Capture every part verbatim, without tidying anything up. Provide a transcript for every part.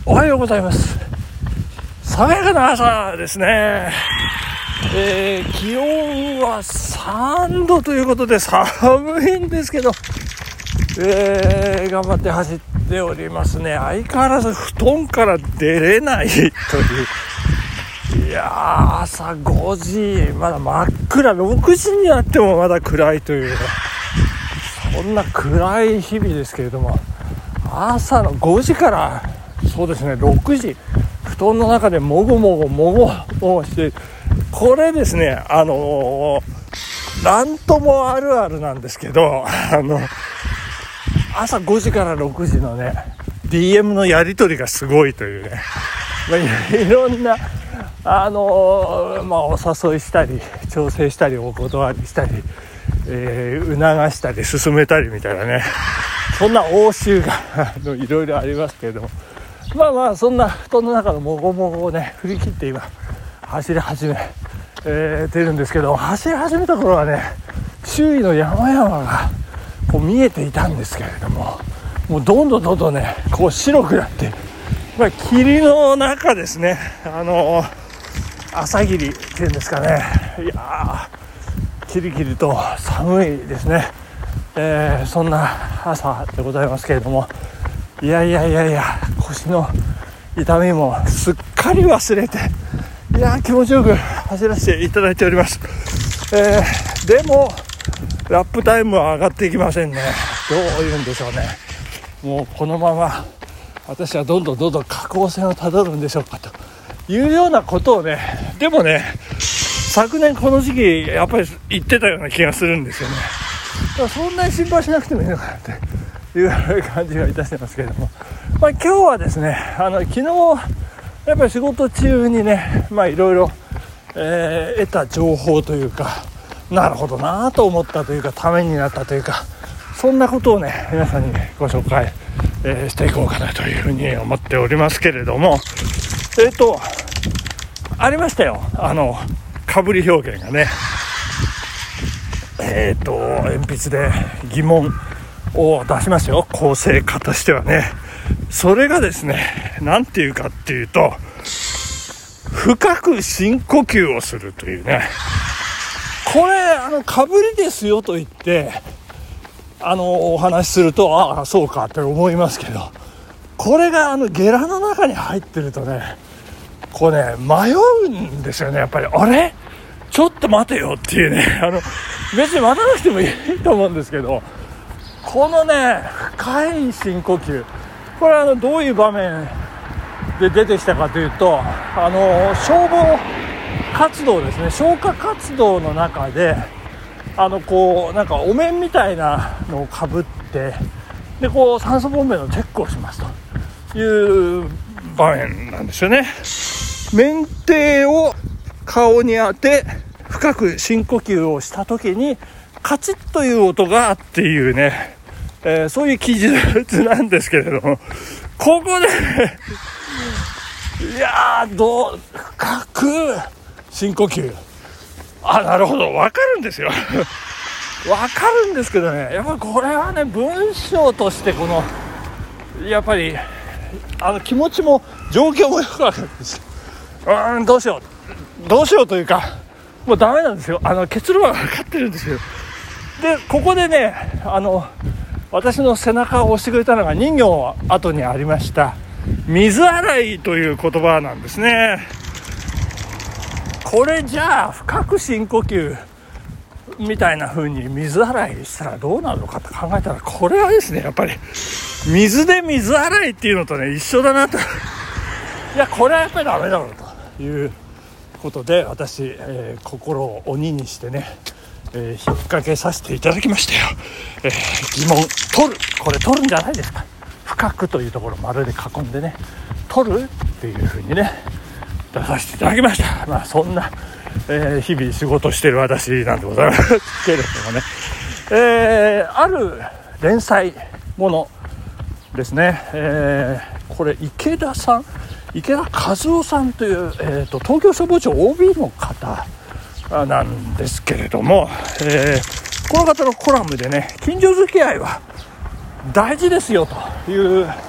おはようございます。爽やかな朝ですね。えー、気温はさんどということで寒いんですけど、えー、頑張って走っておりますね。相変わらず布団から出れないという。いやー、朝ごじ、まだ真っ暗、ろくじになってもまだ暗いという、そんな暗い日々ですけれども、朝のごじからそうですねろくじ、布団の中でもごもごもごもごして、これですね、あのー、なんともあるあるなんですけど、あの朝ごじからろくじのね ディーエム のやり取りがすごいというね、まあ、いろんなあのーまあ、お誘いしたり調整したりお断りしたり、えー、促したり進めたりみたいなね、そんな応酬がいろいろありますけれども、まあまあそんな布団の中のもごもごをね振り切って今走り始め、えー、てるんですけど、走り始めた頃はね周囲の山々がこう見えていたんですけれども、もうどんどんどんどんねこう白くなって、まあ、霧の中ですね、あのー、朝霧っていうんですかね、いやーキリキリと寒いですね。えー、そんな朝でございますけれども、いやいやいやいや腰の痛みもすっかり忘れて、いや気持ちよく走らせていただいております。えー、でもラップタイムは上がっていきませんね。どういうんでしょうね、もうこのまま私はどんどんどんどん下降線をたどるんでしょうかというようなことをね、でもね昨年この時期やっぱり言ってたような気がするんですよね。だからそんなに心配しなくてもいいのかなっていう感じがいたしてますけれども、まあ、今日はですね、あの昨日やっぱり仕事中にね、まあいろいろえー、得た情報というか、なるほどなと思ったというか、ためになったというか、そんなことをね皆さんにご紹介、えー、していこうかなというふうに思っておりますけれども、えっとありましたよ、あのかぶり表現がね、えっと鉛筆で疑問を出しますよ、構成家としてはね。それがですね、なんていうかっていうと、深く深呼吸をするというね。これあのかぶりですよと言ってあのお話しすると、ああそうかって思いますけど、これがあのゲラの中に入ってるとね、これね迷うんですよね。やっぱりあれちょっと待てよっていうね、あの別に待たなくてもいいと思うんですけど、このね深い深呼吸、これはあのどういう場面で出てきたかというと、あの消防活動ですね、消火活動の中であのこうなんかお面みたいなのをかぶって、でこう酸素ボンベのチェックをしますという場面なんですよね。免停を顔に当て深く深呼吸をした時にカチッという音がっていうね、えー、そういう記述なんですけれども、ここでいやーどう深く深呼吸、あなるほど分かるんですよ分かるんですけどね、やっぱりこれはね文章としてこのやっぱりあの気持ちも状況もよくわかるんです。うーんどうしようどうしようというか、もうダメなんですよ。あの結論は分かってるんですよ。でここでね、あの私の背中を押してくれたのがに行後にありました水洗いという言葉なんですね。これじゃあ深く深呼吸みたいな風に水洗いしたらどうなるのかと考えたら、これはですねやっぱり水で水洗いっていうのとね一緒だなといやこれはやっぱりダメだろうということで、私、えー、心を鬼にしてね、えー、引っ掛けさせていただきましたよ。えー、疑問取る、これ取るんじゃないですか。深くというところを丸で囲んでね、取るっていう風にね出させていただきました。まあそんな、えー、日々仕事してる私なんでございますけれどもね、えー、ある連載ものですね、えー、これ池田さん池田和夫さんという、えー、と東京消防庁 オービー の方なんですけれども、えー、この方のコラムでね、近所付き合いは大事ですよという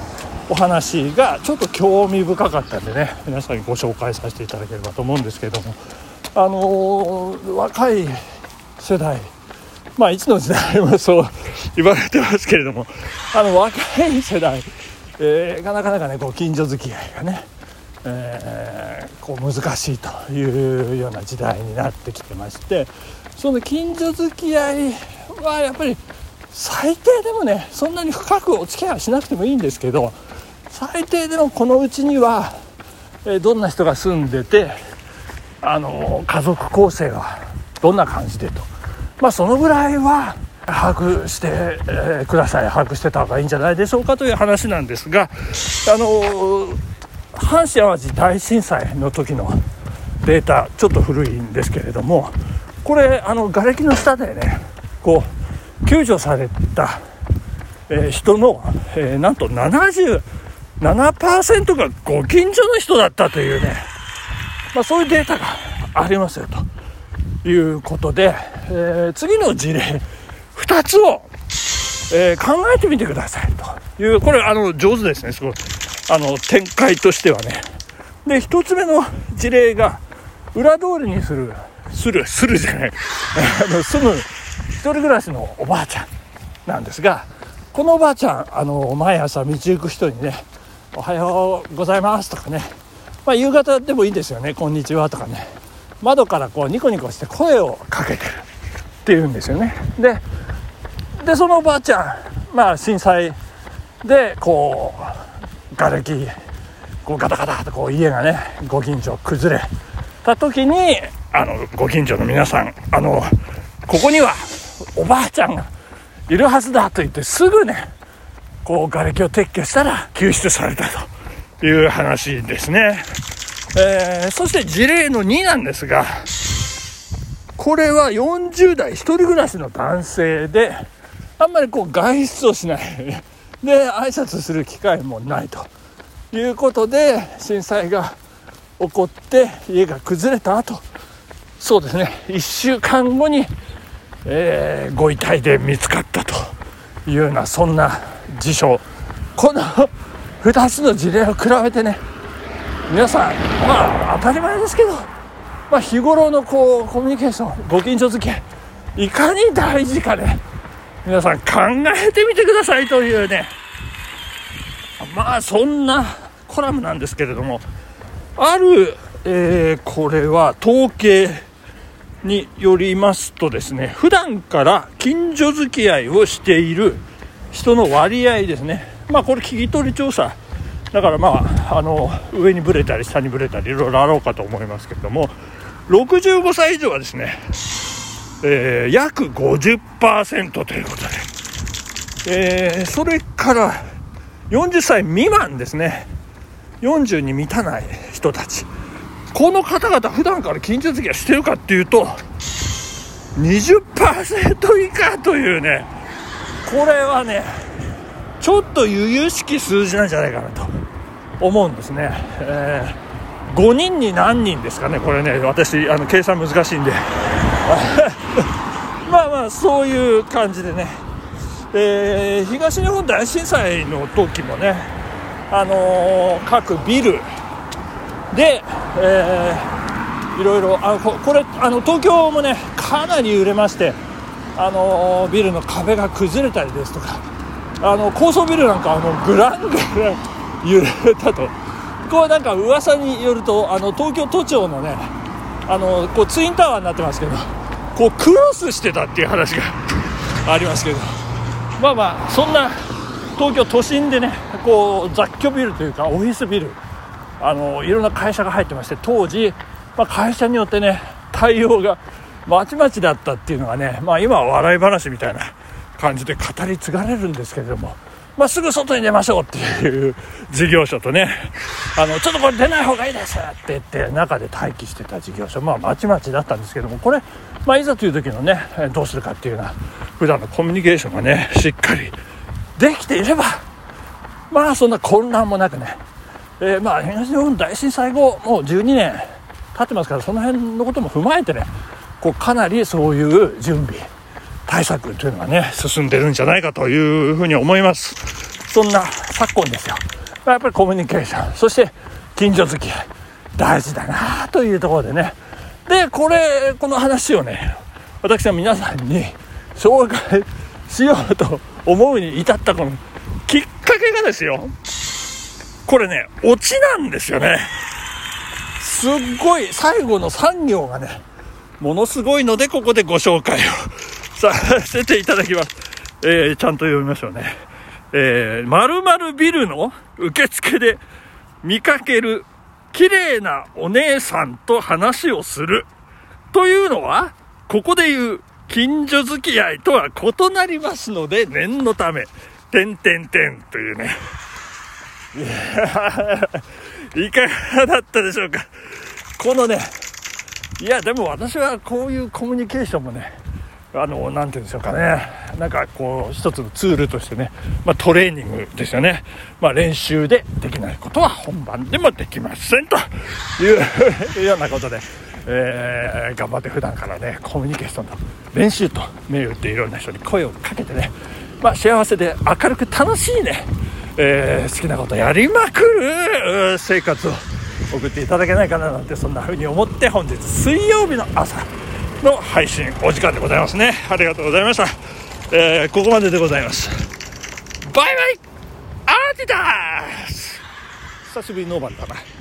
お話がちょっと興味深かったんでね、皆さんにご紹介させていただければと思うんですけれども、あのー、若い世代、まあいつの時代もそう言われてますけれども、あの若い世代、えー、がなかなかねこう近所付き合いがね、えー、こう難しいというような時代になってきてまして、その近所付き合いはやっぱり最低でもね、そんなに深くお付き合いはしなくてもいいんですけど、最低でもこのうちには、えー、どんな人が住んでて、あの家族構成はどんな感じでと、まあそのぐらいは把握して、えー、ください把握してた方がいいんじゃないでしょうかという話なんですが、あの阪神淡路大震災の時のデータちょっと古いんですけれども、これあの瓦礫の下でねこう救助された、えー、人の、えー、なんと ななじゅうななパーセント がご近所の人だったというね、まあ、そういうデータがありますよということで、えー、次の事例ふたつを、えー、考えてみてくださいという、これあの上手ですね、すごいあの展開としてはね。でひとつめの事例が裏通りにするするするじゃないあの住む一人暮らしのおばあちゃんなんですが、このおばあちゃんあの毎朝道行く人にねおはようございますとかね、まあ、夕方でもいいんですよね、こんにちはとかね、窓からこうニコニコして声をかけてるっていうんですよね。ででそのおばあちゃん、まあ震災でこう瓦礫こうガタガタとこう家がねご近所崩れた時に、あのご近所の皆さん、あのここにはおばあちゃんがいるはずだと言ってすぐねこう瓦礫を撤去したら救出されたという話ですね。えー、そして事例のになんですが、これはよんじゅう代一人暮らしの男性で、あんまりこう外出をしないで挨拶する機会もないということで、震災が起こって家が崩れた後、そうですねいっしゅうかんごに、えー、ご遺体で見つかったというような、そんな事象。このふたつの事例を比べてね、皆さんまあ当たり前ですけど、まあ、日頃のこうコミュニケーション、ご近所付き合いいかに大事かね、皆さん考えてみてくださいというね、まあそんなコラムなんですけれども、ある、えー、これは統計によりますとですね、普段から近所付き合いをしている人の割合ですね、まあこれ聞き取り調査だから、まああの上にブレたり下にブレたりいろいろあろうかと思いますけれども、ろくじゅうごさい以上はですね、えー、約 ごじゅっパーセント ということで、えー、それからよんじゅっさい未満ですね、よんじゅうに満たない人たち、この方々普段から近所付き合いしてるかっていうと にじゅっパーセント 以下というね、これはねちょっと由々しき数字なんじゃないかなと思うんですね。えー、ごにんに何人ですかね、これね私あの計算難しいんでまあまあそういう感じでね、えー、東日本大震災の時もね、あのー、各ビルで、えー、いろいろあここれあの東京もねかなり揺れまして、あのー、ビルの壁が崩れたりですとか、あの高層ビルなんかあのグラングラ揺れたと、こうなんか噂によると、あの東京都庁のねあのこうツインタワーになってますけど、こうクロスしてたっていう話がありますけど、まあまあそんな東京都心でねこう雑居ビルというかオフィスビル、あのいろんな会社が入ってまして、当時、まあ、会社によってね対応がまちまちだったっていうのがね、まあ今は笑い話みたいな感じで語り継がれるんですけれども、まあ、すぐ外に出ましょうっていう事業所とね、あのちょっとこれ出ない方がいいですって言って中で待機してた事業所、まあまちまちだったんですけども、これ、まあ、いざという時のねどうするかっていうような普段のコミュニケーションがねしっかりできていれば、まあそんな混乱もなくね、えー、まあ東日本大震災後もうじゅうにねん経ってますから、その辺のことも踏まえてね、こうかなりそういう準備対策というのがね進んでるんじゃないかというふうに思います。そんな昨今ですよ。 やっぱりコミュニケーション、そして近所付き合い大事だなというところでね。でこれこの話をね、私は皆さんに紹介しようと思うに至ったこのきっかけがですよ、これねオチなんですよね。すっごい最後のさん行がねものすごいので、ここでご紹介をさせていただきます。えー、ちゃんと読みましょうね。えー、〇〇ビルの受付で見かける綺麗なお姉さんと話をするというのは、ここでいう近所付き合いとは異なりますので念のため点点点というね。いやいかがだったでしょうか。このね、いやでも私はこういうコミュニケーションもね、あのなんていうんでしょうかね、なんかこう一つのツールとしてね、まあ、トレーニングですよね。まあ、練習でできないことは本番でもできませんというようなことで、えー、頑張って普段からねコミュニケーションの練習と銘打っていろんな人に声をかけてね、まあ、幸せで明るく楽しいね、えー、好きなことやりまくる生活を送っていただけないかななんて、そんな風に思って、本日水曜日の朝の配信お時間でございますね。ありがとうございました。えー、ここまででございます。バイバイアーティダース。久しぶりにノーバンだな。